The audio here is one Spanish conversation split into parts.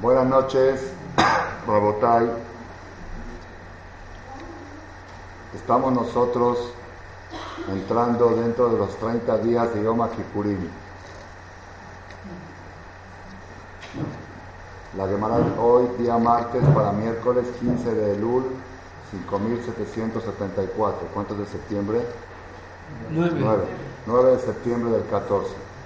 Buenas noches, Rabotai. Estamos nosotros entrando dentro de los 30 días de Yom Kippurim. La Gemara hoy, día martes, para miércoles 15 de Elul, 5774. ¿Cuántos de septiembre? 9 de septiembre del 14.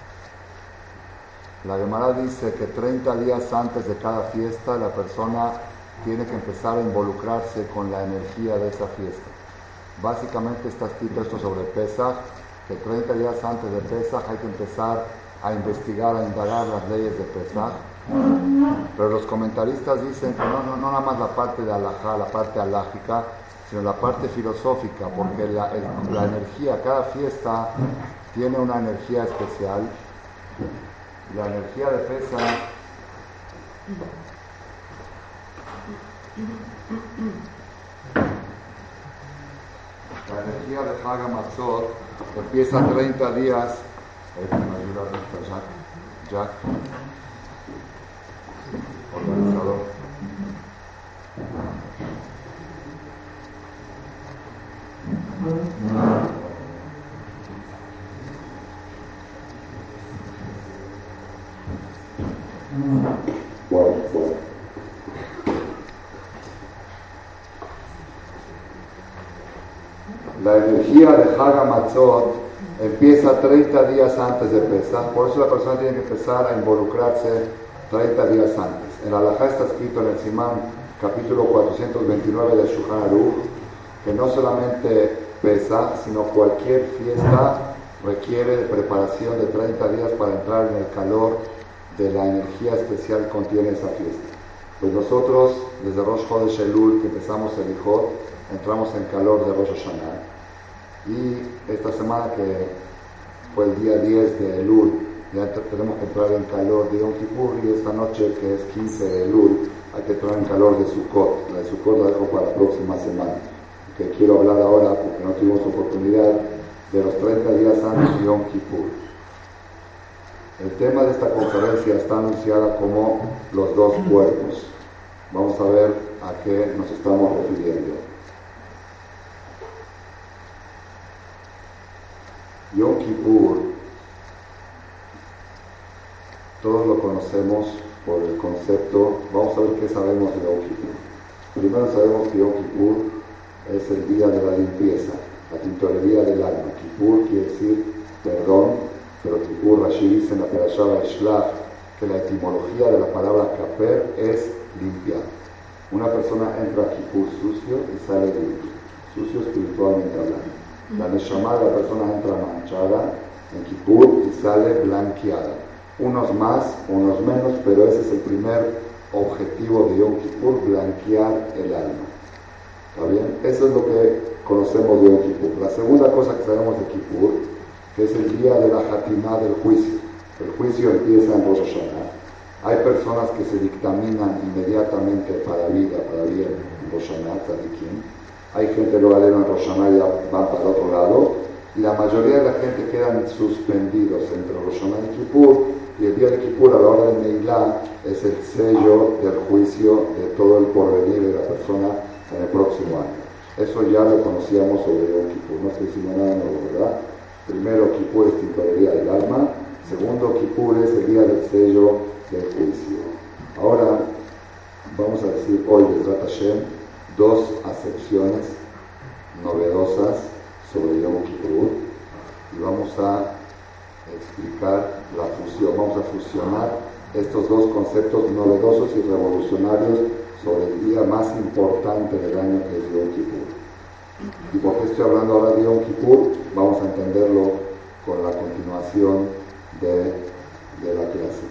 La Gemara dice que 30 días antes de cada fiesta la persona tiene que empezar a involucrarse con la energía de esa fiesta. Básicamente está escrito esto sobre Pesaj, que 30 días antes de Pesaj hay que empezar a investigar, a indagar las leyes de Pesaj. Pero los comentaristas dicen que no nada más la parte de halajá, la parte halágica, sino la parte filosófica, porque la energía, cada fiesta tiene una energía especial. La energía de Pesaj la energía de Hag HaMatzot empieza 30 días. ¿Me ayuda Jack? Organizador. La energía de Hag HaMatzot empieza 30 días antes de Pesaj, por eso la persona tiene que empezar a involucrarse 30 días antes. En la halajá está escrito en el Simán, capítulo 429 del Shulchan Aruch, que no solamente Pesaj, sino cualquier fiesta requiere de preparación de 30 días para entrar en el calor de la energía especial que contiene esa fiesta. Pues nosotros, desde Rosh Chodesh Elul, que empezamos el Ijot, entramos en calor de Rosh Hashanah. Y esta semana, que fue el día 10 de Elul, ya tenemos que entrar en calor de Yom Kippur, y esta noche, que es 15 de Elul, hay que entrar en calor de Sukkot. La de Sukkot la dejo para la próxima semana, que quiero hablar ahora, porque no tuvimos oportunidad, de los 30 días antes de Yom Kippur. El tema de esta conferencia está anunciada como los dos cuerpos. Vamos a ver a qué nos estamos refiriendo. Yom Kippur, todos lo conocemos por el concepto. Vamos a ver qué sabemos de Yom Kippur. Primero sabemos que Yom Kippur es el día de la limpieza, la tintorería del alma. Kippur quiere decir perdón, pero Kippur, Rashi dice en la Perashá Vaishlach que la etimología de la palabra kaper es limpiar. Una persona entra a Kippur sucio y sale limpio, sucio espiritualmente hablando. La Neshama de la persona entra manchada en Kippur y sale blanqueada. Unos más, unos menos, pero ese es el primer objetivo de Yom Kippur, blanquear el alma. ¿Está bien? Eso es lo que conocemos de Yom Kippur. La segunda cosa que sabemos de Kippur, que es el día de la Hatimá del juicio. El juicio empieza en Rosh Hashanah. Hay personas que se dictaminan inmediatamente para vida, para bien, en Rosh Hashanah, tzadikim. Hay gente que lo galera en Rosh Hashanah y ya van para el otro lado. Y la mayoría de la gente quedan suspendidos entre Rosh Hashanah y Kippur. Y el día de Kippur, a la hora de Neilá, es el sello del juicio de todo el porvenir de la persona en el próximo año. Eso ya lo conocíamos sobre Yom Kippur. No estoy diciendo nada nuevo, ¿verdad? Primero, Kippur es tintorería del alma. Segundo, Kippur es el día del sello del juicio. Ahora vamos a decir hoy, Bezrat Hashem, dos acepciones novedosas sobre Yom Kippur, y vamos a explicar la fusión. Vamos a fusionar estos dos conceptos novedosos y revolucionarios sobre el día más importante del año, que es Yom Kippur. Y porque estoy hablando ahora de Yom Kippur, vamos a entenderlo con la continuación de la clase.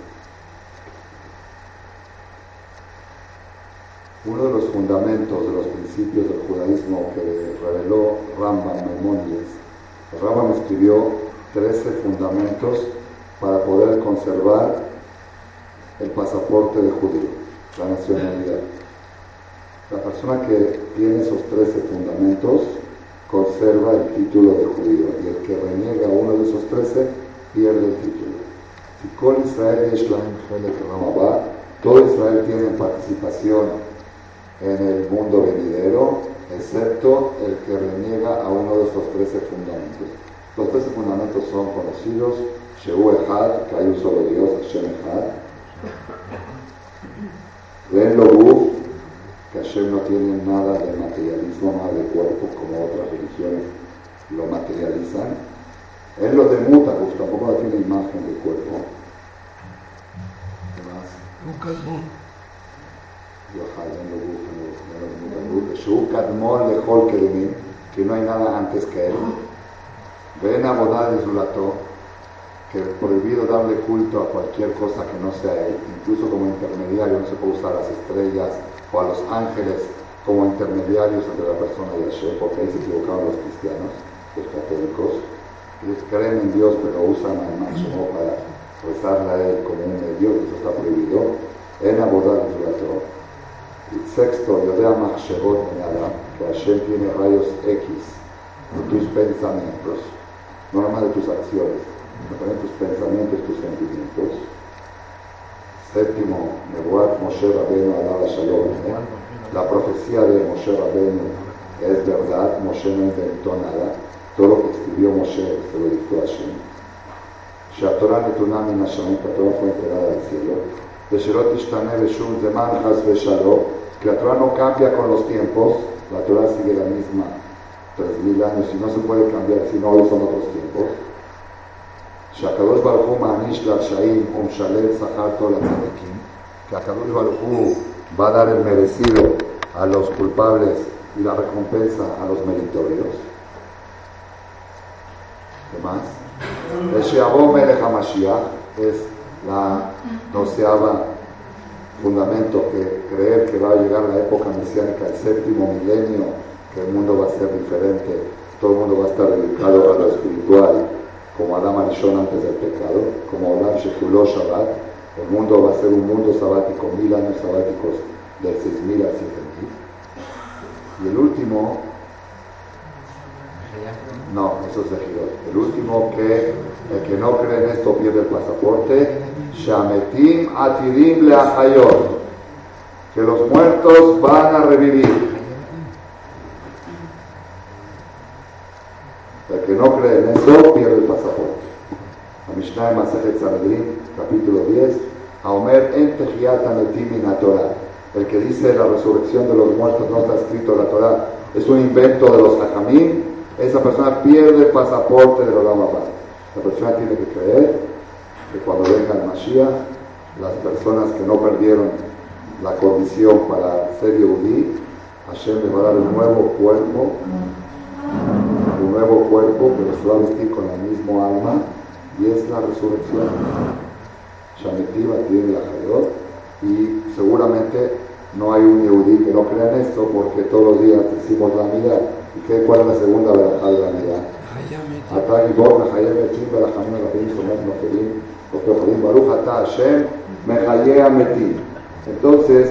Uno de los fundamentos, de los principios del judaísmo que reveló Rambam Maimónides, el Rambam escribió 13 fundamentos para poder conservar el pasaporte de judío, la nacionalidad. La persona que tiene esos 13 fundamentos conserva el título de judío, y el que reniega uno de esos 13 pierde el título. Si Kol Israel Yesh Lahem Chelek Ramabá, Todo Israel tiene participación en el mundo venidero, excepto el que reniega a uno de estos 13 fundamentos. Los 13 fundamentos son conocidos: Shehu Echad, que hay un solo Dios, Hashem Echad. Ven lo Guf, que Hashem no tiene nada de materialismo, nada de cuerpo, como otras religiones lo materializan. En lo de Mutaguf, tampoco no tiene imagen de cuerpo. ¿Qué más? Que no hay nada antes que él. Ven a Bodá de Zulato, que es prohibido darle culto a cualquier cosa que no sea él, incluso como intermediario. No se puede usar a las estrellas o a los ángeles como intermediarios entre la persona y Hashem, porque ahí se equivocaron los cristianos, los católicos. Ellos creen en Dios, pero usan al máximo para rezarle a él como un medio, y eso está prohibido. En Abodá de Zulato. Y sexto, Yodea Machshevot en Adam, que Hashem tiene rayos X de tus pensamientos, no nada más de tus acciones, sino también tus pensamientos, tus sentimientos. Séptimo, Nebuat Moshe Rabbeinu Alava Shalom. La profecía de Moshe Rabbeinu es verdad, Moshe no inventó nada, todo lo que escribió Moshe se lo dictó a Hashem. Sheatorah Netunah min Hashem, que la Torah fue entregada del cielo. De Sherot Ishtane Beshum Zeman Chas Veshalom, que la Torah no cambia con los tiempos, la Torah sigue la misma 3000 años y no se puede cambiar, si no hoy son otros tiempos. Shakadosh Baruch Hu Ma'anish L'Arshaim Umshalel Sachar Tol HaTzadekim, que Akadosh Baruch Hu va a dar el merecido a los culpables y la recompensa a los meritorios. ¿Qué más? El She'avo Melech HaMashiach es la 12ava fundamento, que creer que va a llegar la época mesiánica, el 7º milenio, que el mundo va a ser diferente, todo el mundo va a estar dedicado a lo espiritual, como Adam Arishon antes del pecado, como Olam Shechuló Shabbat. El mundo va a ser un mundo sabático, 1000 años sabáticos del 6000 al 7000. Y el último, no, eso es de Girot. El último, que el que no cree en esto pierde el pasaporte. Shametim atidim leachayot, que los muertos van a revivir. El que no cree en eso pierde el pasaporte. La Mishnah de Masejet Sanedrín, capítulo 10, Haomer en Tehiyat Hametim min HaTorah. El que dice la resurrección de los muertos no está escrito en la Torah, es un invento de los Jajamim, esa persona pierde el pasaporte del Olam Haba. La persona tiene que creer que cuando venga el Mashiach, las personas que no perdieron la condición para ser Yehudí, Hashem les va a dar un nuevo cuerpo que se va a vestir con el mismo alma, y es la resurrección. Shametiva tiene la Hayot, y seguramente no hay un Yehudí que no crea en esto, porque todos los días decimos la Amida. ¿Y cuál es la segunda verajá de la Amida? Atá Gibor Mechayeh Metim Berachamim Rabim Somet Noferim Opejolim Baruch Atá Hashem Mechayeh Metim. Entonces,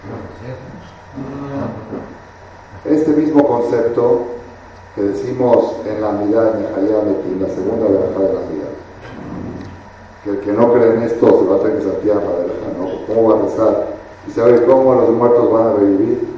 este mismo concepto que decimos en la Amida de Mechayeh Metim, la segunda verajá de la Amida, que el que no cree en esto se va a tener que saltear la verajá, ¿no? ¿Cómo va a rezar? ¿Y sabe cómo los muertos van a revivir?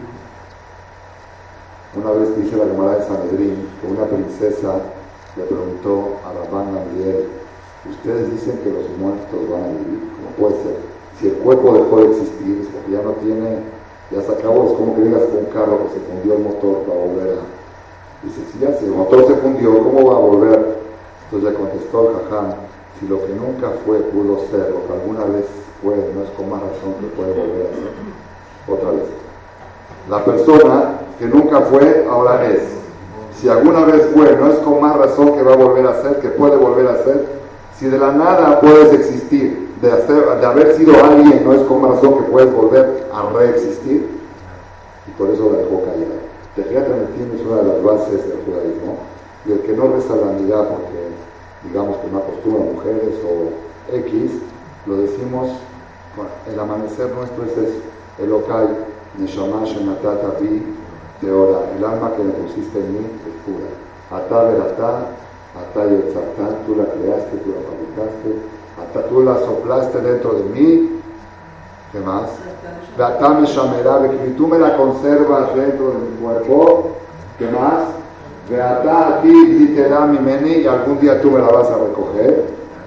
Una vez dice la Gemara de Sanedrín que una princesa le preguntó a Rabban Gamliel: ustedes dicen que los muertos van a vivir, ¿cómo puede ser? Si el cuerpo dejó de existir, es porque ya no tiene, ya se acabó. Es como que digas con un carro que se fundió el motor para volver a... Dice, si el motor se fundió, ¿cómo va a volver? Entonces le contestó el Jajam: si lo que nunca fue pudo ser, lo que alguna vez fue, no es con más razón que puede volver a ser otra vez. La persona que nunca fue, ahora es. Si alguna vez fue, no es con más razón que va a volver a ser, que puede volver a ser. Si de la nada puedes existir, de haber sido alguien, no es con más razón que puedes volver a reexistir. Y por eso la dejó callada. Tehiyat Hametim es una de las bases del judaísmo. Y el que no reza la Amida porque, digamos, que no acostumbra a mujeres o X, lo decimos, el amanecer nuestro es eso. Elokai Neshama Shenatata Bi Teora, el alma que me pusiste en mí es pura. Atá veratá, atá yetzartá, tú la creaste, tú la fabricaste, atá, tú la soplaste dentro de mí, ¿Qué más? Y tú me la conservas dentro de mi cuerpo. ¿Qué más? Beatá a ti y te da mi meni y algún día tú me la vas a recoger.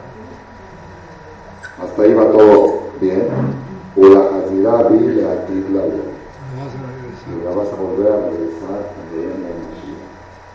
Hasta ahí va todo bien. Ula hazirá bi le ativ la vida. Y la vas a volver a regresar cuando venga el Mashiach.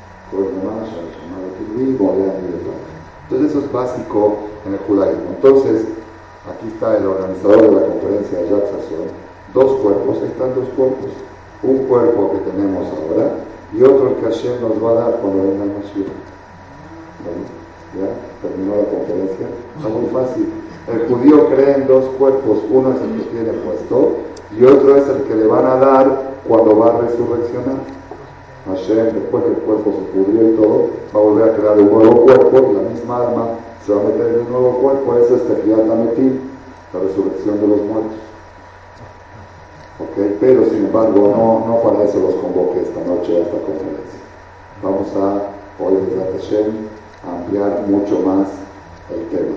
Entonces eso es básico en el judaísmo. Entonces, aquí está el organizador de la conferencia de Yad Sasson. Dos cuerpos, están dos cuerpos. Un cuerpo que tenemos ahora y otro que Hashem nos va a dar cuando venga el Mashiach. ¿Vale? ¿Ya? ¿Terminó la conferencia? Está muy fácil. El judío cree en dos cuerpos. Uno es el que tiene puesto y otro es el que le van a dar cuando va a resurreccionar. Hashem, después que el cuerpo se pudrió y todo, va a volver a crear un nuevo cuerpo y la misma alma se va a meter en un nuevo cuerpo. Eso es Tejiat HaMetim, la resurrección de los muertos. ¿Okay? Pero sin embargo no para eso los convoqué esta noche a esta conferencia. Vamos a hoy desde Hashem a ampliar mucho más el tema.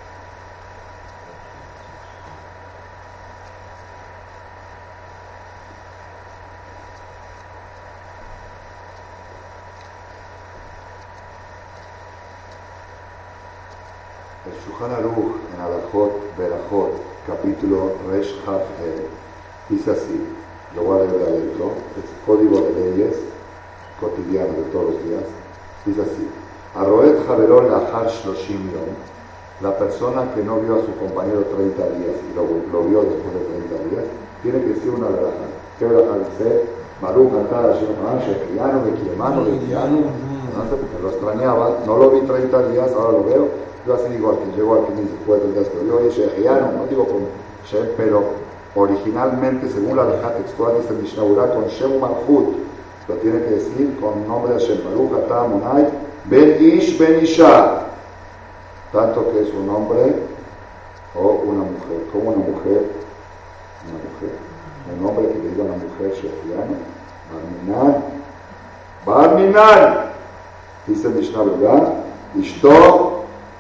El Shulchan Aruch en Alajot Berajot, capítulo Resh Haf dice así, lo voy a leer de adentro, es código de leyes cotidiano de todos los días, dice así: Arroet Javerón Lahar Shloshim Yom, la persona que no vio a su compañero 30 días y lo vio después de 30 días, tiene que decir una verajá. ¿Qué verajá dice? Baruch atah Hashem shechianu vekiemanu vekianu, porque lo extrañaba, no lo vi 30 días, ahora lo veo. Yo así digo al que llegó al fin después del día que lo vio, shechianu, no digo con Shem, pero originalmente, según la verajá textual, dice el Mishnah Berurah con Shem Malchut, lo tiene que decir con nombre de Hashem, Baruch atah Amonai Ben Ish Ben Isha, tanto que es un hombre o una mujer. ¿Cómo una mujer? Una mujer. Un hombre que le diga a una mujer shechianu, Barminan, dice el Mishnah Berurah, Ishto,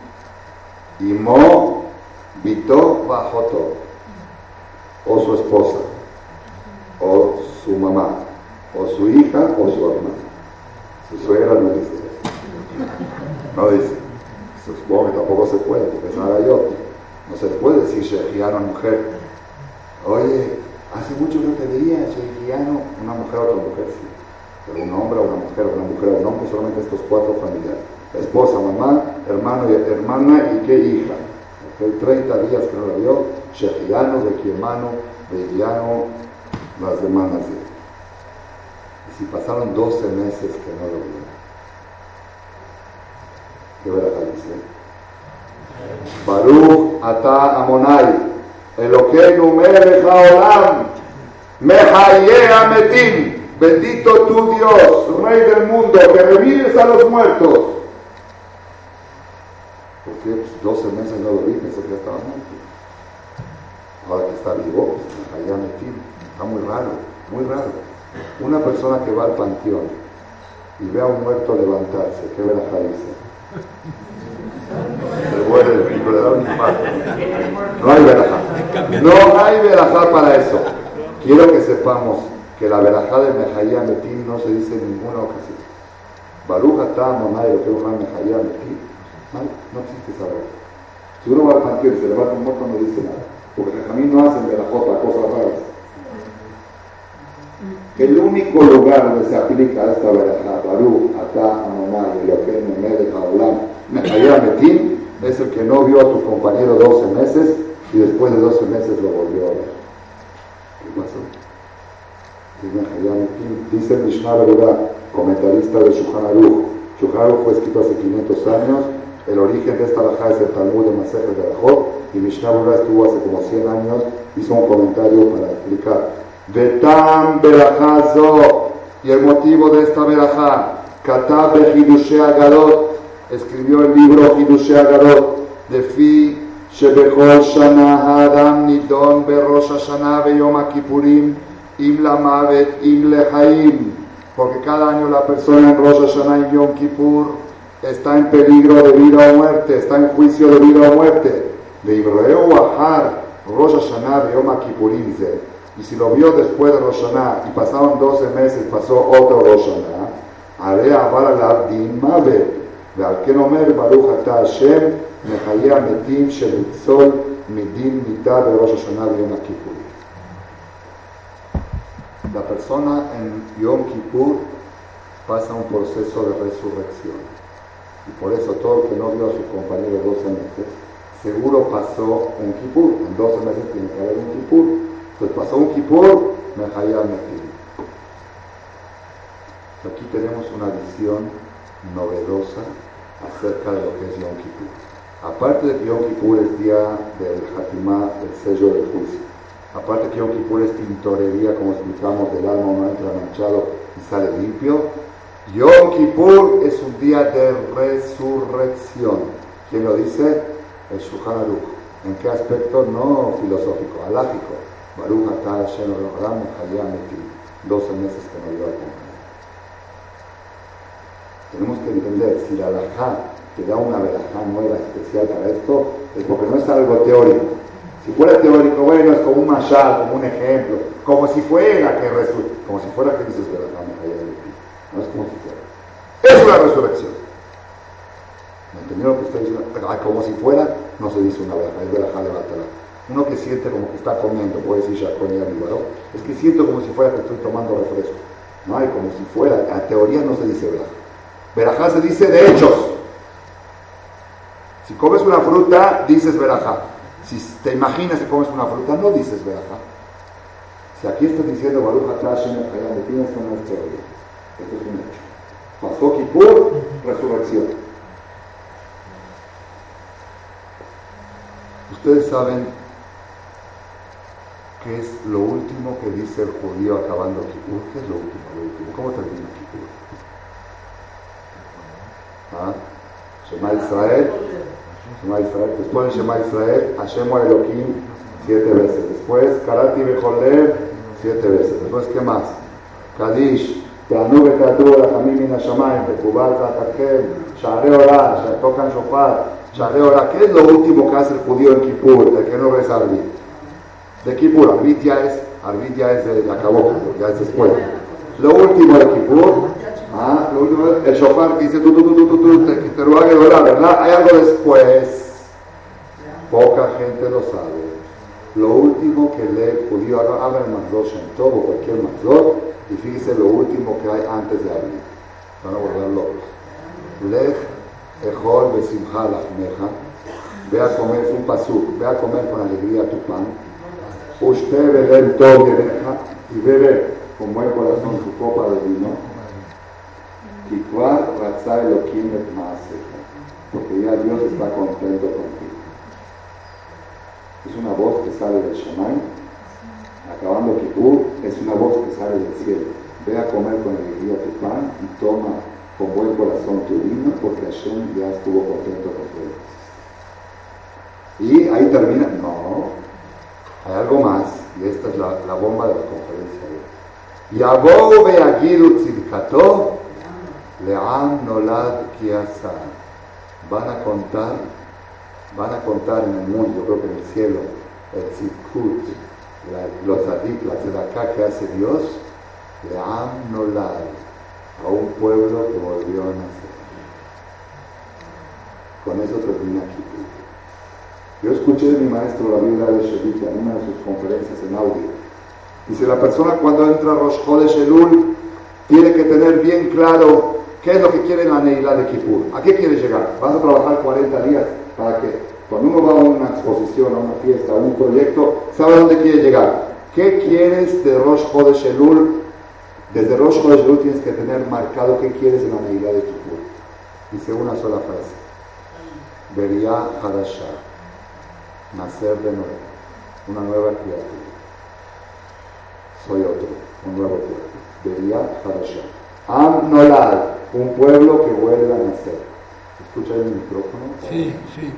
Imo, Bito, Bajoto, o su esposa, o su mamá, o su hija, o su hermana. Su suegra no dice eso. No dice. Supongo que tampoco se puede, porque es nada yo. No se puede decir shechianu a mujer. Oye, hace mucho no te veía shechianu, una mujer a otra mujer, sí. Pero un hombre a una mujer a un hombre, solamente estos cuatro familiares. Esposa, mamá, hermano y hermana y qué hija. Okay, 30 días que no la vio, shechianu, vekiemanu, veiano, las demandas de él. Y si pasaron 12 meses que no lo vio, ¿qué verajá dice? Baruch atah Amonai Elokeinu melech haolam mehaye hametim, bendito tu Dios, Rey del mundo, que revives a los muertos. Porque 12 meses no lo vi, pensé que ya estaba muerto. Ahora que está vivo, pues mehaye hametim. Está muy raro, muy raro. Una persona que va al panteón y ve a un muerto levantarse, ¿qué verajá dice? Se muere el pico, le da un infarto. No hay verajá. No hay verajá para eso. Quiero que sepamos que la verajá de mehaye hametim no se dice en ninguna ocasión. Baruch atah Amonai Elokeinu mehaye hametim. No existe esa verajá. Si uno va al panteón y se levanta un muerto, no dice nada. Porque a mí no hacen verajot a cosas raras. El único lugar donde se aplica esta verajá, Baruch atah Amonai Elokeinu melech haolam mehaye hametim, es el que no vio a su compañero 12 meses y después de 12 meses lo volvió a ver. ¿Qué pasó? Dice el Mishnah Berurah, comentarista de Shulchan Aruch. Shulchan Aruch fue escrito hace 500 años. El origen de esta verajá es el Talmud de Masejet Berajot, y Mishnah Berurah estuvo hace como 100 años, hizo un comentario para explicar. Vetam verajá zo, y el motivo de esta verajá, Katab Hidushei Agadot, escribió el libro Hidushei Agadot, de Fi Shebechol Shana Adam Nidon Berosh Hashanah Beyom HaKippurim Im Lamavet Im Lehaim, porque cada año la persona en Rosh Hashanah y Yom Kippur está en peligro de vida o muerte, está en juicio de vida o muerte. De Ibrahim Wahar, Rosh Hashanah Yom Kippurim Ze, y si lo vio después de Rosh Hashanah y pasaron 12 meses, pasó otro Rosh Hashanah, haré aval alav din mavet, ועל כן אומר ברוך אתה השם מחיי המתים שניצול מדין מיתה בראש השנה ויום הכיפורים. La persona en Yom Kippur pasa un proceso de resurrección. Y por eso todo el que no vio a su compañero 12 meses, seguro pasó un Kippur. En 12 meses tiene que haber un Kippur. Entonces pasó un Kippur, Mejayá Metim. Aquí tenemos una visión novedosa acerca de lo que es Yom Kippur. Aparte de que Yom Kippur es día del Hatimá, del sello del juicio. Aparte que Yom Kippur es tintorería, como explicamos, del alma no entra manchado y sale limpio. Yom Kippur es un día de resurrección. ¿Quién lo dice? El Shulchan Aruch. ¿En qué aspecto? No filosófico, halágico. Baruch atah Hashem Elohim Mechayeh Metim. 12 meses que no dio a comer. Tenemos que entender, si la halajá te da una verajá nueva especial para esto, es porque no es algo teórico. Si fuera teórico, bueno, es como un mashal, como un ejemplo, como si fuera que resurge, como si fuera que dices verajá Mechayeh Metim. No es como si fuera. Es una resurrección. ¿Me entendieron lo que estoy diciendo? Como si fuera, no se dice una verajá, es verajá de batala. Uno que siente como que está comiendo, puede decir Shakoni Arriba, ¿no? Es que siento como si fuera que estoy tomando refresco. No hay como si fuera, a teoría no se dice verajá. Verajá se dice de hechos. Si comes una fruta, dices verajá. Si te imaginas que comes una fruta, no dices verajá. Si aquí estás diciendo Baruch atah Hashem Mechayeh Metim, esto no es teoría. Esto es un hecho. Pasó Kippur, resurrección. Ustedes saben qué es lo último que dice el judío acabando Kippur. ¿Qué es lo último? ¿Cómo termina Kippur? ¿Ah? Shema Israel. Shema Israel. Después de Shema Israel, Hashem Elohim 7 veces. Después, Karati Bejolev 7 veces. Después, ¿qué más? Kadish. תענו ותעתו רחמים מן השמיים, תקובל תחתכם, שערי עולה, שתוקן שופר, שערי עולה. ¿Qué es lo último que hace el judío en Kippur? El que no reza Arbit. De Kippur, Arbit ya es de acabó, ya es después. Lo último de Kippur, lo último, el shofar dice te lo haga orar, ¿verdad? Hay algo después. Poca gente lo sabe. Lo último que lee el judío, habla el Mazdot Shem Tov o cualquier Mazdot, y fíjese lo último que hay antes de abrir. Van a volver locos. Lech echol besimcha lachmeja. Ve a comer, es un pasuk. Ve a comer con alegría tu pan. Ushte beber tov yereja. Y bebe con buen corazón su copa de vino. Kikvar ratzah elokim et maaseja. Porque ya Dios está contento contigo. Es una voz que sale del Shemay. Acabando Kippur, es una voz que sale del cielo. Ve a comer con alegría tu pan y toma con buen corazón tu vino, porque Hashem ya estuvo contento contigo. Y ahí termina. No, hay algo más, y esta es la bomba de la conferencia de hoy. Yabou ve'agilu tzidkato le'am nolad ki asa. Van a contar en el mundo, yo creo que en el cielo, el tzidkut, los adik, la tzedakah que hace Dios, le'am nolad, a un pueblo que volvió a nacer. Con eso termina Kippur. Yo escuché de mi maestro Rabbi David Shevitya en una de sus conferencias en audio. Dice, la persona cuando entra a Rosh Chodesh Elul tiene que tener bien claro qué es lo que quiere en la Neilá de Kippur. ¿A qué quiere llegar? ¿Vas a trabajar 40 días? ¿Para qué? Cuando uno va a una exposición, a una fiesta, a un proyecto, sabe a dónde quiere llegar. ¿Qué quieres de Rosh Chodesh Elul? Desde Rosh Chodesh Elul tienes que tener marcado qué quieres en la Neilá de Kippur. Dice una sola frase. Beria Hadashah. Nacer de nuevo. Una nueva criatura. Soy otro. Un nuevo pueblo. Beria Hadashah. Am Nolad. Un pueblo que vuelve a nacer. ¿Escucha el micrófono? Sí, sí.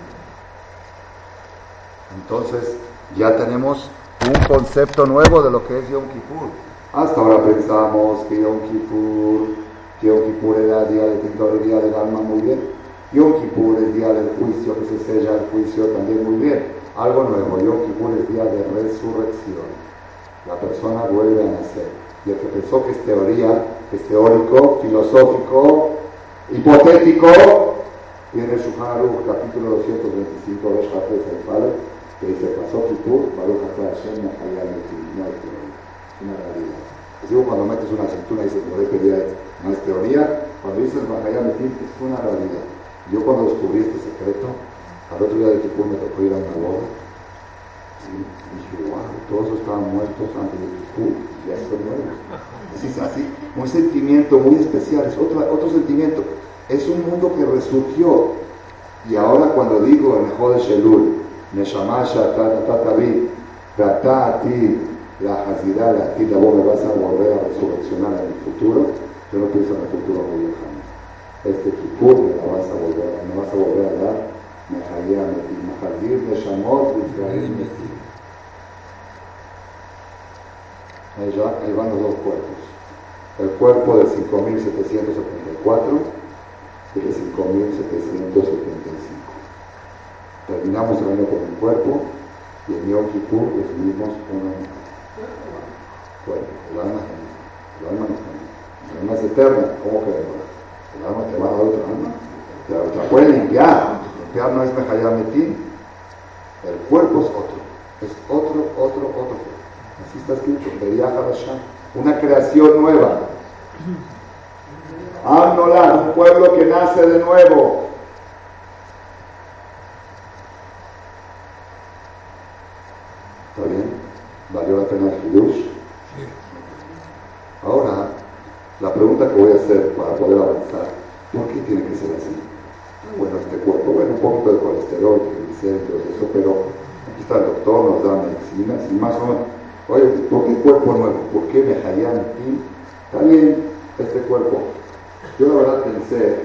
Entonces, ya tenemos un concepto nuevo de lo que es Yom Kippur. Hasta ahora pensamos que Yom Kippur era día de tintorería del alma, muy bien. Yom Kippur es día del juicio, que se sella el juicio, también muy bien. algo nuevo. Yom Kippur es día de resurrección. La persona vuelve a nacer. Y el que pensó que es teoría, que es teórico, filosófico, hipotético, tiene Shulchan Aruch, capítulo 225, Resh Hafez Eifale, que dice, pasó Kippur, Baruch Atah Hashem, Nahayal Metim. No es teoría, es una realidad. Es decir, cuando metes una aceituna y dices, no es teoría, cuando dices Nahayal Metim, es una realidad. Yo cuando descubrí este secreto, al otro día de Kippur me tocó ir a una boda, y dije, wow, todos estaban muertos antes de Kippur, y ya son nuevos. Es así, un sentimiento muy especial, es otro sentimiento. Es un mundo que resurgió. Y ahora cuando digo en Jodesh Elul, Neshama Shata Tavi, Beata Ati, la Hazirah, la Ati, vos me vas a volver a resurreccionar en el futuro, yo no pienso en el futuro muy lejano. Este Kippur me vas a volver a dar Mejayá Metim, Mejazir, Neshamot, Israel Metim. Ahí van los dos cuerpos. El cuerpo de 5.774 y de 5.775. Terminamos el año con un cuerpo y en Yom Kippur recibimos una cuerpo. El alma es eterna. ¿Cómo que el alma te va a dar otra alma? Te la puede limpiar. Limpiar no es Mejayá Metim. El cuerpo es otro. Es otro cuerpo. Así está escrito, Beriah Hadashah, una creación nueva. Am-Nolad, un pueblo que nace de nuevo. ¿Está bien? ¿Valió la pena el Hidush? Ahora, la pregunta que voy a hacer para poder avanzar, ¿por qué tiene que ser así? Bueno, este cuerpo, un poquito de colesterol, triglicéridos, eso, pero aquí está el doctor, nos da medicinas y más o menos. Oye, ¿por qué cuerpo nuevo? ¿Por qué Mejayá Metim? Está bien este cuerpo. Yo la verdad pensé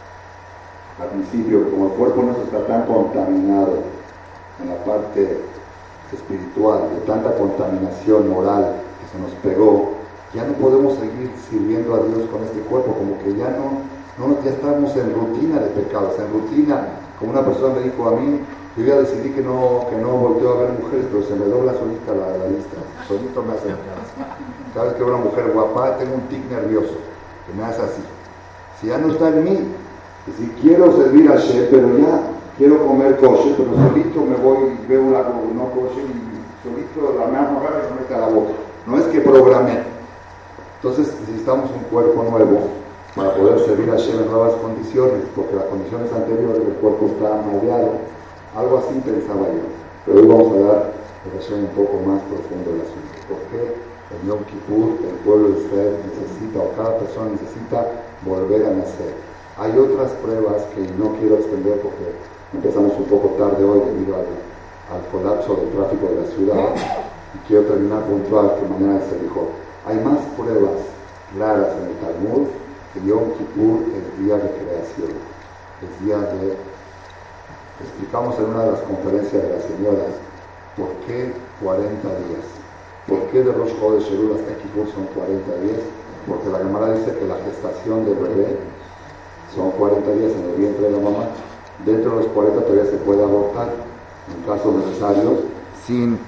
al principio, como el cuerpo nuestro está tan contaminado en la parte espiritual, de tanta contaminación moral que se nos pegó, ya no podemos seguir sirviendo a Dios con este cuerpo, como que ya ya estamos en rutina de pecados, en rutina, como una persona me dijo a mí, yo ya decidí que no volteo a ver mujeres, pero se me dobla solita la lista, solito me hace. Cada vez que veo una mujer guapa, tengo un tic nervioso, que me hace así. Si ya no está en mí, y si quiero servir a Hashem, pero ya quiero comer kosher, pero solito me voy y veo algo no kosher y solito la mano agarra y se mete a la boca. No es que programé. Entonces necesitamos un cuerpo nuevo para poder servir a Hashem en nuevas condiciones, porque las condiciones anteriores del cuerpo está maldeado. Algo así pensaba yo, pero hoy vamos a dar un poco más profundo del asunto. ¿Por qué en Yom Kippur el pueblo de Israel necesita, o cada persona necesita volver a nacer? Hay otras pruebas que no quiero extender porque empezamos un poco tarde hoy debido al colapso del tráfico de la ciudad y quiero terminar puntual que mañana se dijo. Hay más pruebas claras en el Talmud que Yom Kippur es día de creación, es día de... Explicamos en una de las conferencias de las señoras por qué 40 días. ¿Por qué de Rosh Chodesh Elul hasta Kippur son 40 días? Porque la Gemara dice que la gestación del bebé son 40 días en el vientre de la mamá. Dentro de los 40 todavía se puede abortar en casos necesarios, sin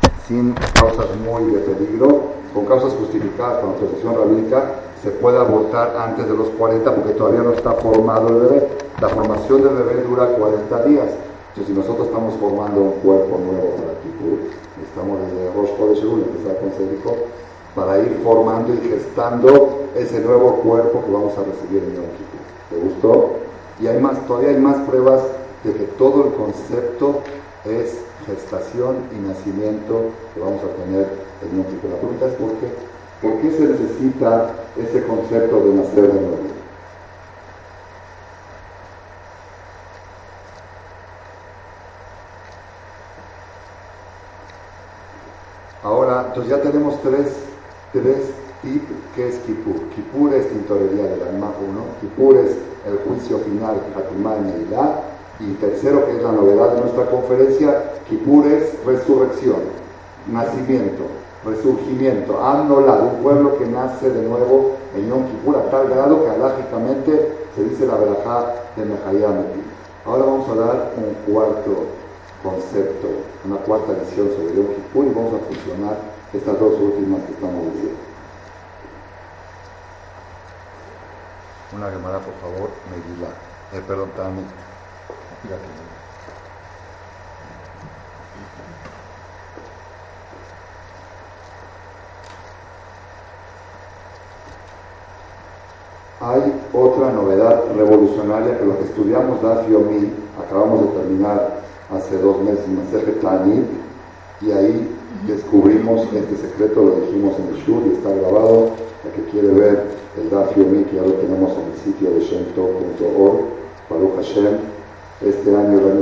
causas muy de peligro, con causas justificadas con autorización rabínica. Se puede abortar antes de los 40 porque todavía no está formado el bebé. La formación del bebé dura 40 días. Entonces, si nosotros estamos formando un cuerpo nuevo para Kippur, estamos desde Rosh Chodesh Elul, empezar con Sedico, para ir formando y gestando ese nuevo cuerpo que vamos a recibir en Yom Kippur. ¿Te gustó? Y todavía hay más pruebas de que todo el concepto es gestación y nacimiento que vamos a tener en Yom Kippur. La pregunta es ¿por qué? ¿Por qué se necesita ese concepto de nacer de nuevo? Ahora, entonces ya tenemos tres tips que es Kippur. Kippur es tintorería del alma 1, Kippur es el juicio final, Hatimá y Neilá, y tercero, que es la novedad de nuestra conferencia, Kippur es resurrección, nacimiento, resurgimiento, Am-Nolad, un pueblo que nace de nuevo en Yom Kippur a tal grado que alágicamente se dice la verajá de Mejayá Metim. Ahora vamos a dar un cuarto concepto, una cuarta lección sobre Yom Kippur y vamos a fusionar estas dos últimas que estamos diciendo. Una Gemara, por favor, Megilá. Perdón, Tani. Hay otra novedad revolucionaria que lo que estudiamos Daf Yomi, acabamos de terminar hace 2 meses Masejet Ta'anit, y ahí descubrimos este secreto, lo dijimos en el Shur y está grabado. El que quiere ver el Daf Yomi, que ya lo tenemos en el sitio de shemtov.org, Baruch Hashem, este año, el año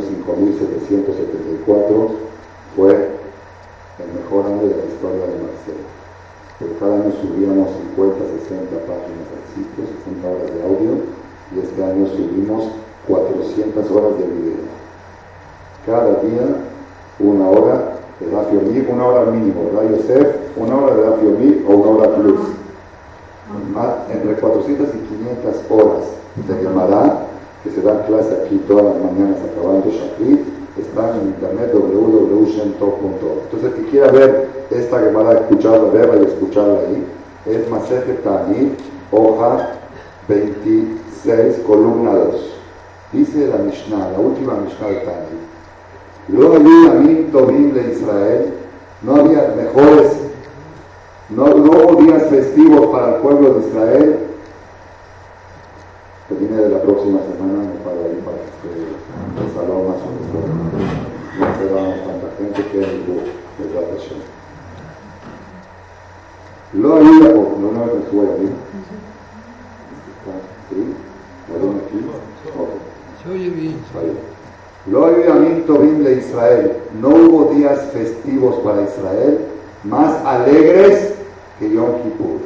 5774, fue el mejor año de la historia de Marcelo. Porque cada año subíamos 50, 60 páginas al sitio, 60 horas de audio, y este año subimos 400 horas de video. Cada día, 1 hora de Daf Yomi, 1 hora mínimo, ¿verdad, Yosef? 1 hora de Daf Yomi o 1 hora plus. Entre 400 y 500 horas de Gemara, que se dan clase aquí todas las mañanas acabando Shafrit, están en internet www.shemtov.org. Entonces, el que quiera ver esta Gemara, escucharla, verla y escucharla ahí, es Masejet Ta'anit, hoja 26, columna 2. Dice la Mishnah, la última Mishnah de Ta'anit: Lo hayu yamim tovim le Israel, no había mejores, no hubo días festivos para el pueblo de Israel. Que viene de la próxima semana, no para ir para el salón más o menos. No esperamos tanta gente que en el bus de Ratashem. Lo hayu, no me sube ahí. ¿Sí? ¿Perdón aquí? Ok. Se oye bien. Lo hayu yamim tovim le Israel, no hubo días festivos para Israel más alegres que Yom Kippur.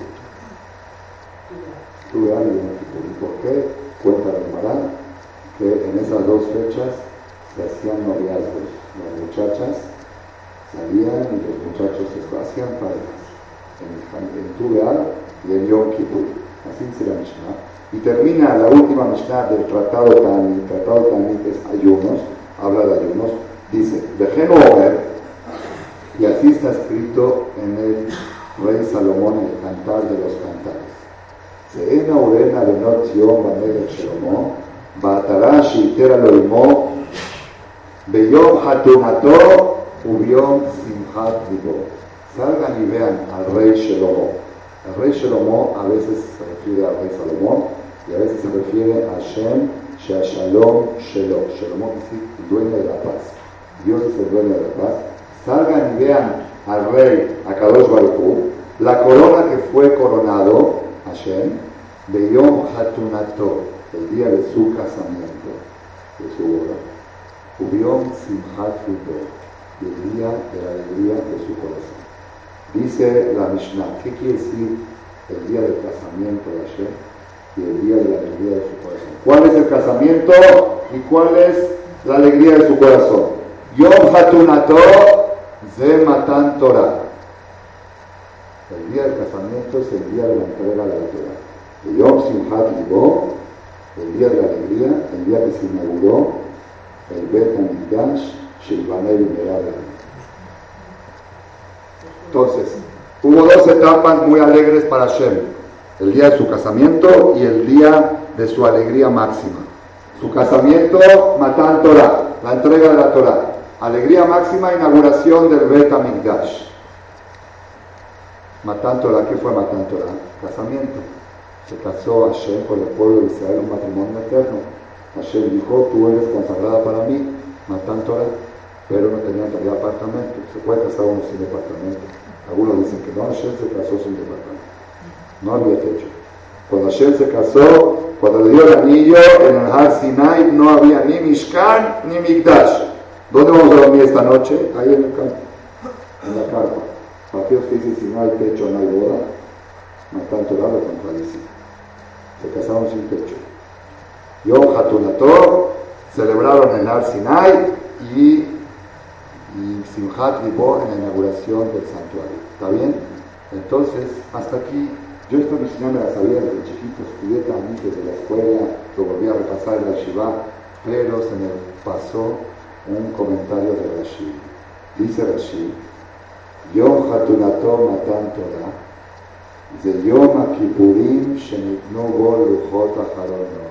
Tuve algo de Yom Kippur. ¿Y por qué? Cuenta la Gemara que en esas 2 fechas se hacían noviazgos. Las muchachas salían y los muchachos se hacían parejas en Tuveal y en Yom Kippur. Así dice la Mishnah. Y termina la última Mishnah del Tratado Ta'anit. El Tratado Ta'anit es ayunos, habla de ayunos. Dice, Vejeno Omer, y así está escrito en el Rey Salomón, en el Cantar de los Cantares. Se'ena urena benot Zion b'melech Shlomo, ba'atara she'iter lo imo, beyom hatunato ubiom simchat libo. Salgan y vean al Rey Shlomo. El Rey Shlomo a veces se refiere al Rey Salomón y a veces se refiere a Shem, She'ashalom Shelo. Shlomo es el dueño de la paz. Dios es el dueño de la paz. Salgan y vean al Rey, a Kadosh Baruj Hu, la corona que fue coronado, Hashem, de Yom Hatunato, el día de su casamiento, de su boda, Ubiom Simchat Libo, el día de la alegría de su corazón. Dice la Mishnah, ¿qué quiere decir el día del casamiento de Hashem y el día de la alegría de su corazón? ¿Cuál es el casamiento y cuál es la alegría de su corazón? Yom Hatunato Ze Matan Torah. El día del casamiento es el día de la entrega de la Torah. El Yom Simchat Libo, el día de la alegría, el día que se inauguró el Bet HaMikdash Sheibanei B'Meirah. Entonces, hubo 2 etapas muy alegres para Hashem: el día de su casamiento y el día de su alegría máxima. Su casamiento, Matan Torah, la entrega de la Torah. Alegría máxima, inauguración del Bet HaMikdash. Matan Torah, ¿qué fue Matan Torah? Casamiento. Se casó Hashem con el pueblo de Israel, un matrimonio eterno. Hashem dijo, tú eres consagrada para mí, Matan Torah, pero no tenían todavía apartamento. Se puede casar uno sin departamento. Algunos dicen que no, Hashem se casó sin departamento. No había techo. Cuando Hashem se casó, cuando le dio el anillo en el Har Sinai, no había ni Mishkan ni Mikdash. ¿Dónde vamos a dormir esta noche? Ahí en el campo, en la carpa. Para aquellos que dicen, si no hay techo, no hay boda, Matan Torah lo contradice. Se casaron sin techo. Yom Hatunato, celebraron el Har Sinai y Simchat Libo en la inauguración del santuario. ¿Está bien? Entonces, hasta aquí, yo esta Mishnah me la sabía desde chiquito, estudié también desde la escuela, lo volví a repasar en la Shiva, pero se me pasó un comentario de Rashi. Dice Rashi, Yom Hatunato Matan Torah, זה יום הכיפורים שניתנו בו לוחות החלונות.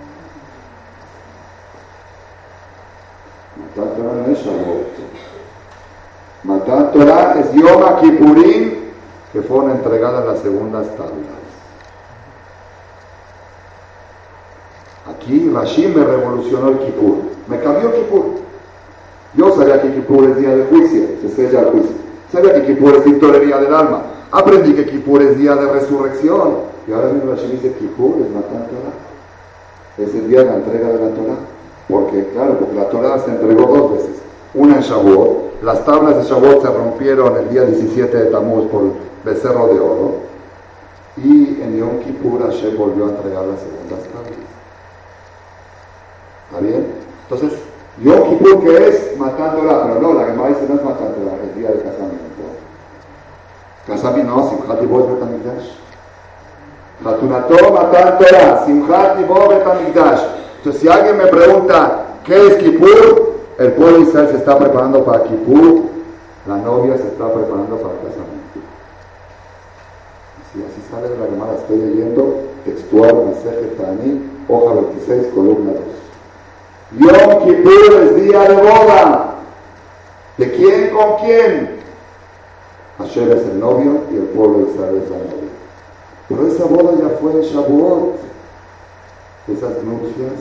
מתן תורה no es Shavuot. Matán Torah es Yom HaKippurim, que fueron entregadas las segundas tablas. Aquí Rashi me revolucionó el Kippur, me cambió Kippur. Yo sabía que Kippur es día de juicio, se sella el juicio. Sabía que Kippur es victoria del alma. Aprendí que Kippur es día de resurrección. Y ahora mismo Rashi dice Kippur es Matán Torah. Es el día de la entrega de la Torah. Porque, claro, porque la Torah se entregó dos veces. Una en Shavuot. Las tablas de Shavuot se rompieron el día 17 de Tammuz por el becerro de oro. Y en Yom Kippur Hashem volvió a entregar las segundas tablas. ¿Está bien? Entonces, Yom Kippur, que es Matán Torah, pero no, la Gemara dice no es Matán Torah, es día de casamiento. Casamiento no, Simchat Yibot Bet HaMikdash. Hatunato Matán Torah, Simchat Yibot Bet HaMikdash. Entonces, si alguien me pregunta qué es Kippur, el pueblo de Israel se está preparando para Kippur, la novia se está preparando para el casamiento. Así sale de la Gemara, estoy leyendo textual, Masejet Ta'anit, hoja 26, columna 2. Yom Kippur es día de boda. ¿De quién con quién? Hashem es el novio y el pueblo de Israel es la novia. Pero esa boda ya fue en Shavuot. Esas nupcias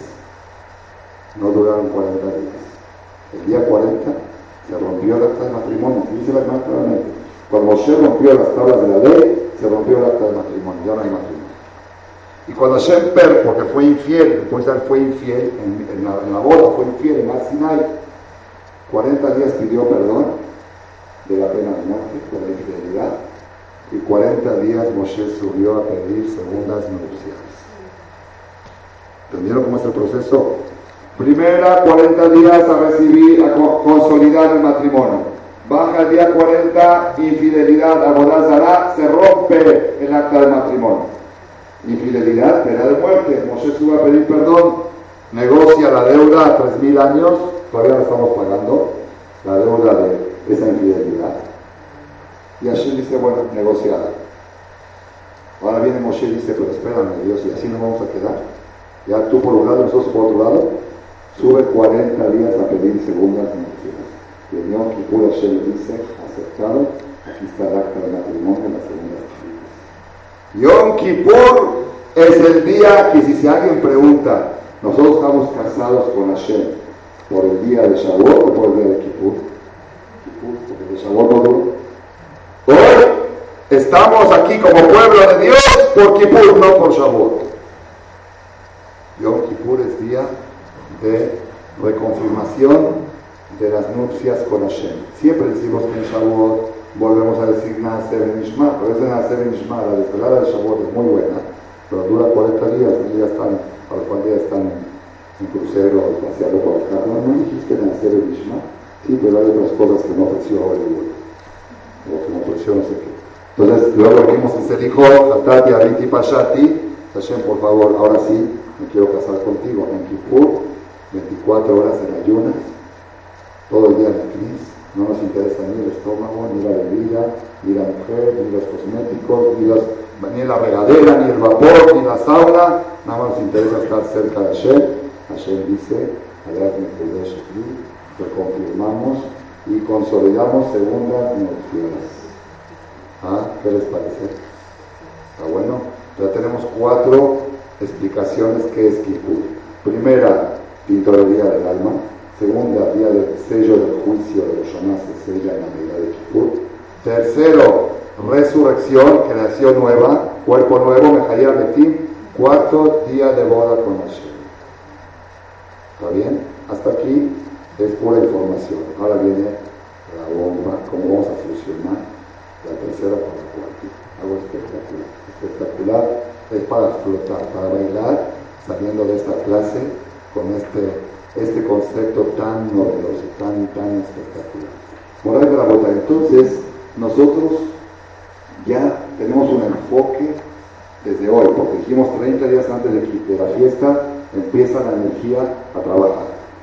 no duraron 40 días. El día 40 se rompió el acta de matrimonio. Dice la Gemara claramente. Cuando Moshe rompió las tablas de la ley, se rompió el acta de matrimonio. Ya no hay matrimonio. Y cuando Hashem porque fue infiel, el pueblo de Israel fue infiel, en la boda fue infiel en Har Sinai, 40 días pidió perdón de la pena de muerte, de la infidelidad, y 40 días Moshe subió a pedir segundas nupcias. ¿Entendieron cómo es el proceso? Primera, 40 días a recibir, a consolidar el matrimonio. Baja el día 40, infidelidad, Avodah Zará, se rompe el acta de matrimonio. Infidelidad, pena de muerte. Moshe sube a pedir perdón, negocia la deuda a 3,000 años, todavía no estamos pagando la deuda de esa infidelidad. Y Hashem dice, bueno, negociada. Ahora viene Moshe y dice, pero espérame Dios, y así nos vamos a quedar. Ya tú por un lado, nosotros por otro lado, sube 40 días a pedir segundas nupcias. Y el Yom Kippur Hashem le dice, aceptado, aquí está el acta de matrimonio en las segundas nupcias. Yom Kippur es el día que si alguien pregunta, nosotros estamos casados con Hashem por el día de Shavuot o por el día de Kippur. Kippur, porque el de Shavuot no duró. Hoy estamos aquí como pueblo de Dios por Kippur, no por Shavuot. Yom Kippur es día de reconfirmación de las nupcias con Hashem. Siempre decimos que en Shavuot volvemos a decir Naaser Nishma, pero ese Naaser Nishma, la desvelada de Shavuot es muy buena, pero dura 40 días, y ya están, a los 40 días están en crucero, paseando por acá. No dijiste Naaser Nishma, sí, pero hay otras cosas que no ofreció Hollywood, o que no ofreció no sé qué. Entonces, luego venimos y se dijo, Atati Ariti Pashati, Hashem, por favor, ahora sí, me quiero casar contigo. En Kippur, 24 horas en ayunas, todo el día en la crisis. No nos interesa ni el estómago, ni la bebida, ni la mujer, ni los cosméticos, ni la regadera, ni el vapor, ni la sauna. Nada más nos interesa estar cerca de Hashem. Hashem dice, reconfirmamos y consolidamos segundas nupcias. ¿Qué les parece? ¿Está bueno? Ya tenemos 4 explicaciones que es Kippur. Primera, tintorería del alma. Segunda, día del sello del juicio de los Shonah se sella en la medida de Kippur. Tercero, resurrección, creación nueva, cuerpo nuevo, Mejayá Betim. 4, día de boda con Hashem. ¿Está bien? Hasta aquí es pura información. Ahora viene la bomba, cómo vamos a fusionar la tercera con la cuarta. Algo espectacular. Espectacular es para flotar, para bailar, saliendo de esta clase con este concepto tan novedoso, tan espectacular. Moral de la bota. Entonces, nosotros ya tenemos un enfoque desde hoy, porque dijimos 30 días antes de la fiesta, empieza la energía a trabajar.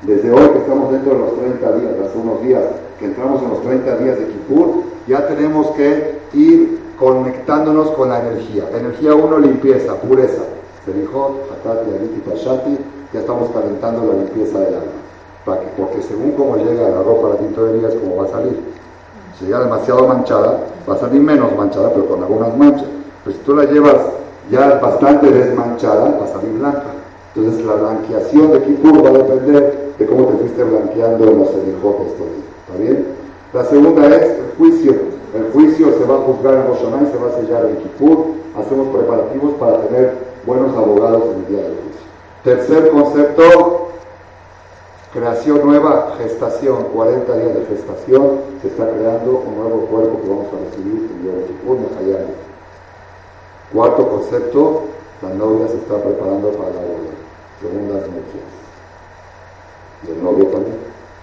Desde hoy que estamos dentro de los 30 días, hace unos días que entramos en los 30 días de Kippur, ya tenemos que ir conectándonos con la energía. Energía 1, limpieza, pureza. Selijot, Hatati, Arit y Pashati, ya estamos calentando la limpieza del alma. Porque según cómo llega la ropa a la tintorería es como va a salir. Si llega demasiado manchada, va a salir menos manchada, pero con algunas manchas. Pues si tú la llevas ya bastante desmanchada, va a salir blanca. Entonces la blanqueación de Kippur va a depender de cómo te fuiste blanqueando en los Selijot estos días. ¿Está bien? La segunda es el juicio. El juicio se va a juzgar en Rosh Hashanah y se va a sellar en Kippur. Hacemos preparativos para tener buenos abogados en el día del juicio. Tercer concepto, creación nueva, gestación, 40 días de gestación, se está creando un nuevo cuerpo que vamos a recibir en Yom Kippur, Mejayah. Cuarto concepto, la novia se está preparando para la boda, segundas nupcias. Y el novio también.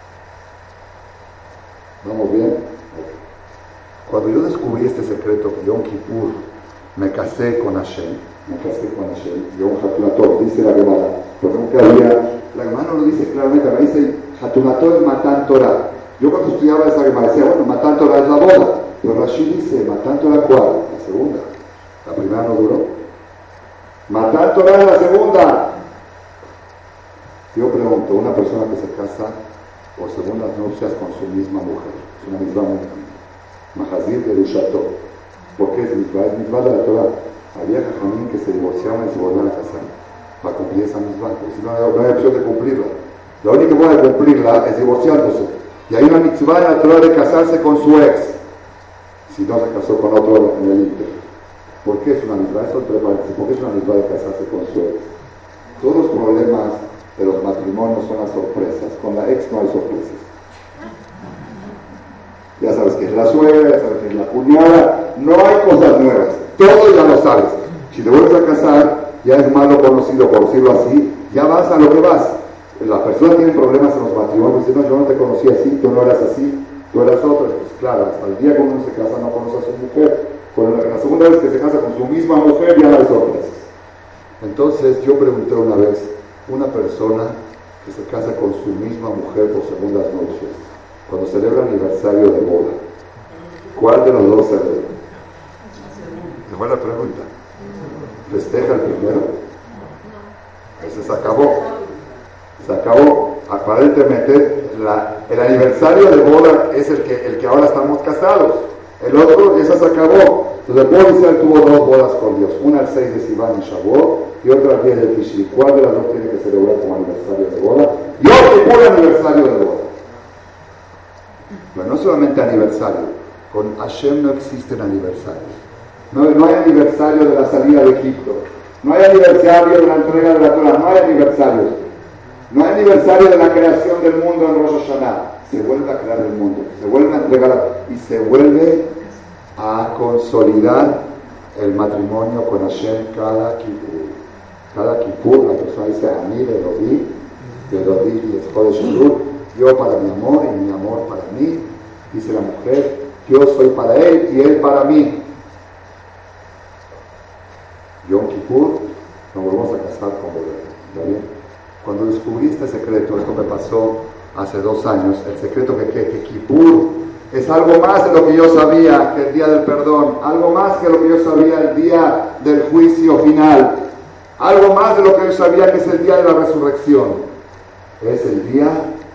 ¿Vamos bien? Cuando yo descubrí este secreto que Yom Kippur me casé con Hashem, Yom Hatunatot, dice la Gemara, pero nunca había, la Gemara no lo dice claramente, me dice Hatunatot es Matan Torah. Yo cuando estudiaba esa Gemara decía, bueno, Matan Torah es la boda, pero Rashi dice, Matan Torah ¿cuál? La segunda. La primera no duró. Matan Torah es la segunda. Yo pregunto, una persona que se casa por segundas nupcias con su misma mujer, es una misma mujer, Mahazir de Rushato. ¿Por qué es misma? Es misma de la Torah. Había jajamín que se divorciaban y se volvían a casar para cumplir esa misma, porque si no hay opción de cumplirla. La única forma de cumplirla es divorciándose. Y hay una mitzvah en la Torah de casarse con su ex, si no se casó con otro en el inter. ¿Por qué es una mitzvah? Eso entre paréntesis. ¿Por qué es una mitzvah de casarse con su ex? Todos los problemas de los matrimonios son las sorpresas. Con la ex no hay sorpresas. Ya sabes que es la suegra, ya sabes que es la cuñada, no hay cosas nuevas, todo ya lo sabes. Si te vuelves a casar, ya es malo conocido, por decirlo así, ya vas a lo que vas. Las personas tienen problemas en los matrimonios, dicen, no, yo no te conocí así, tú no eras así, tú eras otra. Pues claro, hasta el día que uno se casa no conoce a su mujer. Cuando la segunda vez que se casa con su misma mujer ya no hay sorpresas. Entonces yo pregunté una vez, una persona que se casa con su misma mujer por segundas nupcias, cuando celebra aniversario de boda, ¿cuál de los dos celebra? ¿Qué fue la pregunta? ¿Festeja el primero? Ese se acabó. Se acabó. Aparentemente, el aniversario de boda es el que ahora estamos casados. El otro, esa se acabó. Entonces, el pueblo Israel tuvo dos bodas con Dios. Una el 6 de Sivan y Shavuot, y otra el 10 de Tishri. ¿Cuál de las dos tiene que celebrar como aniversario de boda? Yom Kippur, aniversario de boda. Pero no solamente aniversario, con Hashem no existen aniversarios. No hay aniversario de la salida de Egipto, no hay aniversario de la entrega de la Torah, no hay aniversarios. No hay aniversario de la creación del mundo en Rosh Hashanah. Se vuelve a crear el mundo, se vuelve a entregar y se vuelve a consolidar el matrimonio con Hashem cada Kippur. Cada Kippur la persona dice a mí, de Rodí y Esjode Shalur, yo para mi amor y mi amor para mí, dice la mujer, yo soy para él y él para mí. Yom Kippur, nos volvemos a casar con Borrell. ¿Está bien? Cuando descubrí este secreto, esto me pasó hace 2 años, el secreto que Kippur es algo más de lo que yo sabía que el día del perdón, algo más que lo que yo sabía el día del juicio final, algo más de lo que yo sabía que es el día de la resurrección. Es el día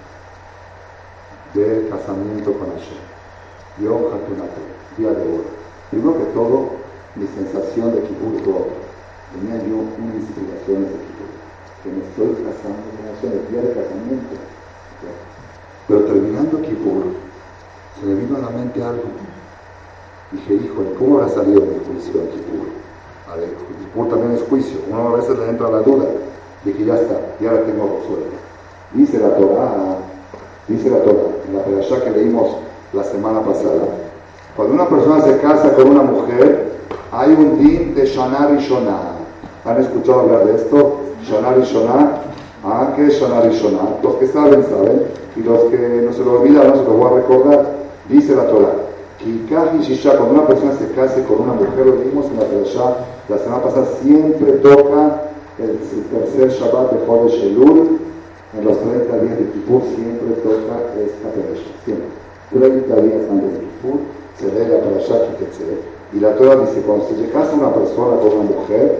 del casamiento con Hashem. Yom Hatunato, día de boda. Primero que todo, mi sensación de Kippur fue otra. Tenía yo una inspiración de Kippur, que me estoy casando con Hashem, el día del casamiento. Pero terminando Kippur, se me vino a la mente algo. Dije, híjole, ¿cómo habrá salido mi juicio de Kippur? A ver, Kippur también es juicio, uno a veces le entra la duda. Dije, ya está, ya la tengo resuelta. Dice la Torah, en la perashá que leímos la semana pasada, cuando una persona se casa con una mujer, hay un din de Shana Rishona. ¿Han escuchado hablar de esto? Shana Rishona. ¿Qué es Shana Rishona? Los que saben, saben. Y los que no se lo olvidan, no se lo voy a recordar. Dice la Torah, Kikah y Shisha, cuando una persona se case con una mujer, lo vimos en la perashá la semana pasada, siempre toca el tercer Shabbat de Chodesh Elul, En los 30 días de Kippur siempre toca esta parasha, siempre. 30 días antes de Kippur se lee la parasha Ki Tetzeh. Y la Torah dice, cuando se casa una persona con una mujer,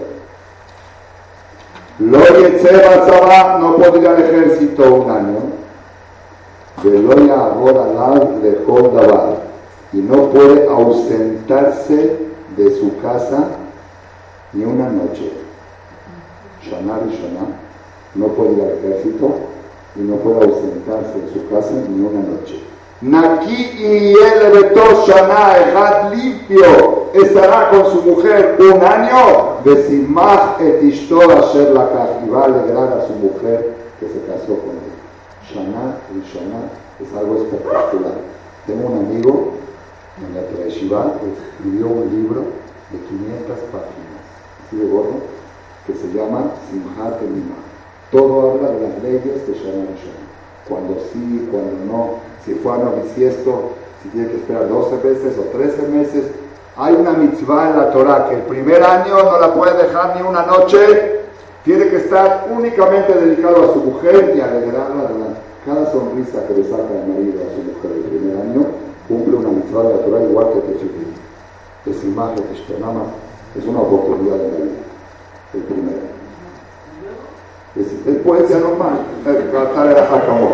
Lo Yetze Batzara, no puede ir al ejército un año, Velo Ya'avor Alav Lechol Davar, y no puede ausentarse de su casa ni una noche. Shana Rishona, no puede ir al ejército y no puede ausentarse de su casa ni una noche. Naki y el Beto Shana Ejad limpio estará con su mujer un año. Besimach et ishto asher lakach, y va a alegrar a su mujer que se casó con él. Shana Rishona es algo espectacular. Tengo un amigo en la Yeshiva que escribió un libro de 500 páginas, así de gordo, que se llama Simchat Emimah. Todo habla de las leyes de Shana Rishona. Cuando sí, cuando no, si fue a noviciesto, si tiene que esperar 12 meses o 13 meses. Hay una mitzvah en la Torah que el primer año no la puede dejar ni una noche, tiene que estar únicamente dedicado a su mujer y alegrarla durante cada sonrisa que le saca el marido a su mujer el primer año, cumple una mitzvah de la Torah igual que Tefilín. Es imagen de Shtonama, es una oportunidad de la vida, el primer año. Es poesía normal, cantar era Jacamón.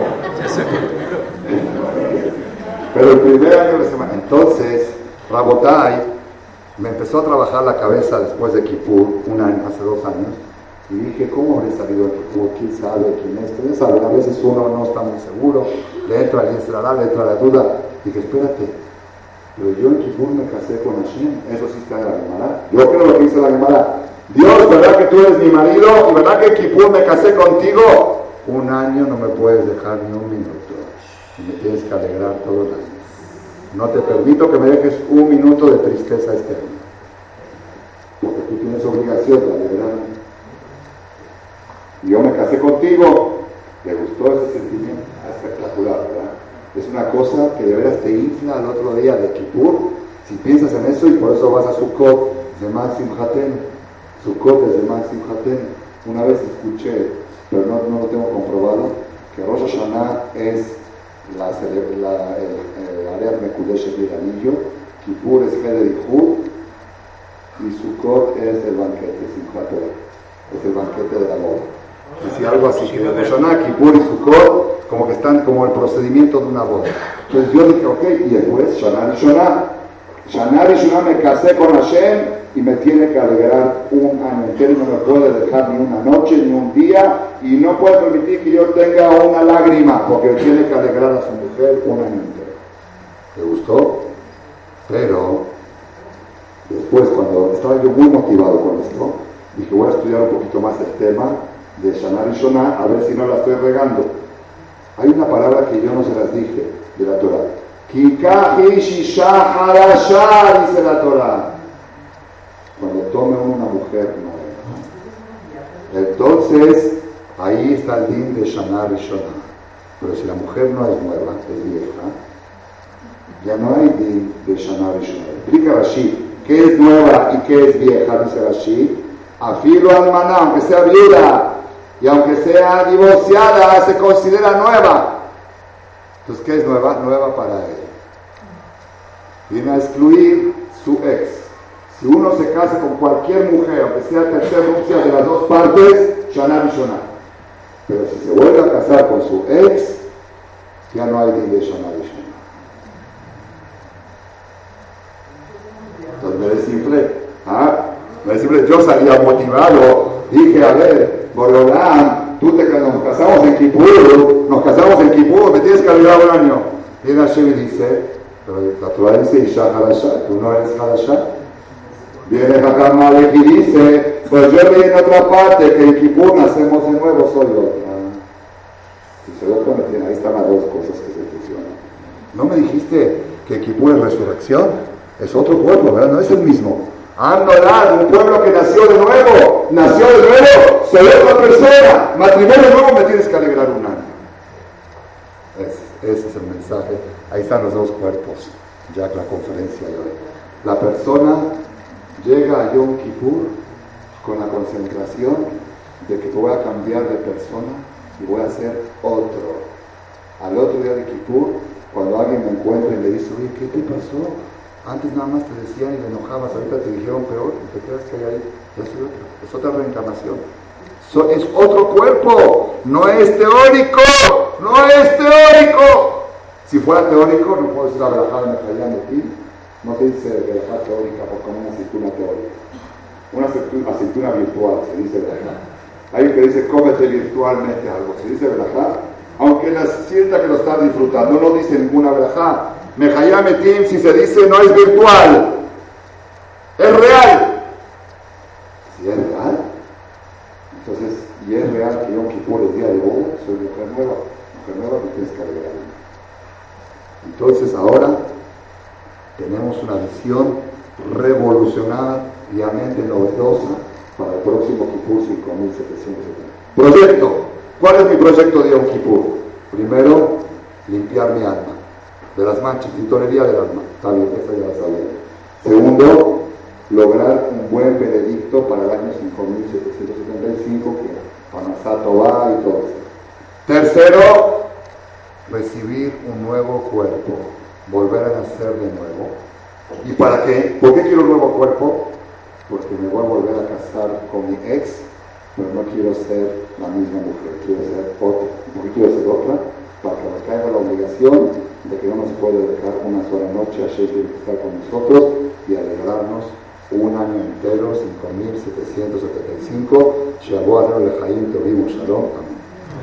Pero el primer año de semana. Entonces, Rabotai me empezó a trabajar la cabeza después de Kippur, un año, hace 2 años, y dije, ¿cómo habré salido de Kippur? ¿Quién sabe quién es? Ustedes saben, a veces uno no está muy seguro, le entra el Yetzirah, le entra la duda. Dije, espérate, pero yo en Kippur me casé con Hashem, eso sí está en la Gemara. Yo creo lo que dice la Gemara. Dios, ¿verdad que tú eres mi marido? ¿Y verdad que en Kippur me casé contigo? Un año no me puedes dejar ni un minuto, y me tienes que alegrar todos los años. No te permito que me dejes un minuto de tristeza este año, porque tú tienes obligación de alegrarme. Y yo me casé contigo. ¿Le gustó ese sentimiento? Espectacular, ¿verdad? Es una cosa que de veras te infla al otro día de Kippur, si piensas en eso, y por eso vas a Sukkot, Zemach Simchaten. Sukkot es Zemach Simchaten. Una vez escuché, pero no lo tengo comprobado, que Rosh Hashanah es el área Mekudeshet del anillo, Kippur es Heder Ichud, y Sukkot es el banquete, Simchat Torah, es el banquete de la boda. Y si algo así, que Rosh Hashanah, Kippur y Sukkot, como que están como el procedimiento de una boda. Entonces yo dije, ok, y después, Shana Rishona me casé con Hashem, y me tiene que alegrar un año entero, no me puede dejar ni una noche ni un día, y no puede permitir que yo tenga una lágrima, porque tiene que alegrar a su mujer un año entero. ¿Le gustó? Pero después, cuando estaba yo muy motivado con esto, dije, voy a estudiar un poquito más el tema de Shana Rishona, a ver si no la estoy regando. Hay una palabra que yo no se las dije de la Torah. Kikahi Shisha Harasha, dice la Torah. Cuando tome una mujer nueva. Entonces, ahí está el din de Shana Rishona. Pero si la mujer no es nueva, es vieja, ya no hay din de Shana Rishona. Explica Rashi, ¿qué es nueva y qué es vieja? Dice Rashi, afilo almaná, aunque sea viuda y aunque sea divorciada, se considera nueva. Entonces, ¿qué es nueva? Nueva para él. Viene a excluir su ex. Si uno se casa con cualquier mujer, aunque sea tercera nupcia de las dos partes, Shana Rishona. Pero si se vuelve a casar con su ex, ya no hay din de Shana Rishona. Entonces me desinflé. Yo salía motivado, dije, a ver, Borolán, nos casamos en Kippur, me tienes que alegrar un año. Viene Hashem y dice, pero la Torah dice, Isha Halasha, tú no eres Halasha. Viene Hakam Malek y dice, pues yo leí en otra parte que en Kippur nacemos de nuevo, soy otra. Si se lo ponen, ahí están las dos cosas que se fusionan. ¿No me dijiste que Kippur es resurrección? Es otro pueblo, ¿verdad? No es el mismo. Nolad, un pueblo que nació de nuevo, soy otra persona, matrimonio nuevo, me tienes que alegrar un año. Ese es el mensaje. Ahí están los dos cuerpos, ya la conferencia de hoy. La persona llega a Yom Kippur con la concentración de que voy a cambiar de persona, y voy a hacer otro. Al otro día de Kippur, cuando alguien me encuentra y le dice, oye, ¿qué te pasó? Antes nada más te decían y te enojabas, ahorita te dijeron peor, y te creas que hay ahí, ya soy otro. Es otra reencarnación. Es otro cuerpo, no es teórico, no es teórico. Si fuera teórico, no puedo decir la verajá de Mejayán de ti, no te dice verajá teórica por como una aceituna teórica. Una aceituna virtual, se dice verajá. Hay que dice, cómete virtualmente algo, se dice verajá, aunque la sienta que lo está disfrutando, no dice ninguna verajá. Mejayán Metim, si se dice, no es virtual, es real. Si es real, entonces, y es real que Yom Kippur, el día de hoy, soy mujer nueva que tienes que alegrar. Entonces ahora tenemos una visión revolucionariamente novedosa para el próximo Kippur 5770. Proyecto. ¿Cuál es mi proyecto de Yom Kippur? Primero, limpiar mi alma de las manchas, tintorería del alma. Está bien, esa ya la sabía. Segundo, lograr un buen veredicto para el año 5775, que Parnasá Tová y todo eso. Tercero, recibir un nuevo cuerpo, volver a nacer de nuevo. ¿Y para qué? ¿Por qué quiero un nuevo cuerpo? Porque me voy a volver a casar con mi ex, pero no quiero ser la misma mujer, quiero ser otra. ¿Por qué quiero ser otra? Para que me caiga la obligación de que no nos puede dejar una sola noche a Shekhi estar con nosotros y alegrarnos un año entero, 5775. Shabu Adonai Lechaim Tovim Shalom. Amén.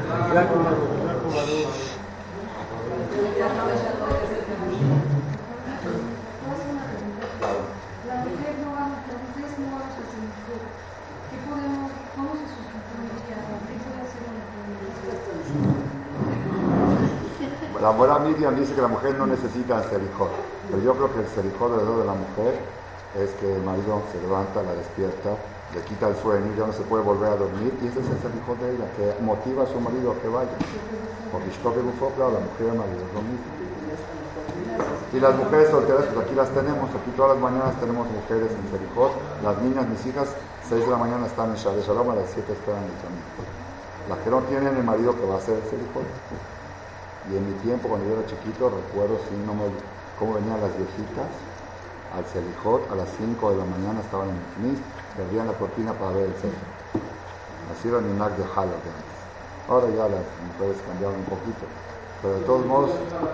La abuela Miriam dice que la mujer no necesita serijot, pero yo creo que el serijot alrededor de la mujer es que el marido se levanta, la despierta, le quita el sueño, ya no se puede volver a dormir, y ese es el serijot de ella, que motiva a su marido a que vaya. Porque claro, la mujer y el marido es lo mismo. Y las mujeres solteras, pues aquí las tenemos, aquí todas las mañanas tenemos mujeres en serijot. Las niñas, mis hijas, 6 de la mañana están en Shabbat Shalom, a las 7 esperan el camino. Las que no tienen el marido que va a hacer el serijot. Y en mi tiempo, cuando yo era chiquito, recuerdo cómo venían las viejitas al Selijot, a las 5 de la mañana estaban en el Knis, perdían la cortina para ver el Selijot. Así era el Minak de Hala de antes. Ahora ya las mujeres cambiaron un poquito, pero de todos modos,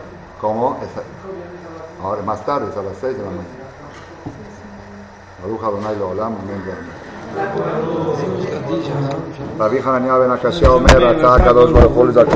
ahora más tarde, es a las 6 de la mañana. Baruch Adonai Leolam, amén. Rabbi Hananiah ben Akashia Omer, Rata Kadosh Baruch Hu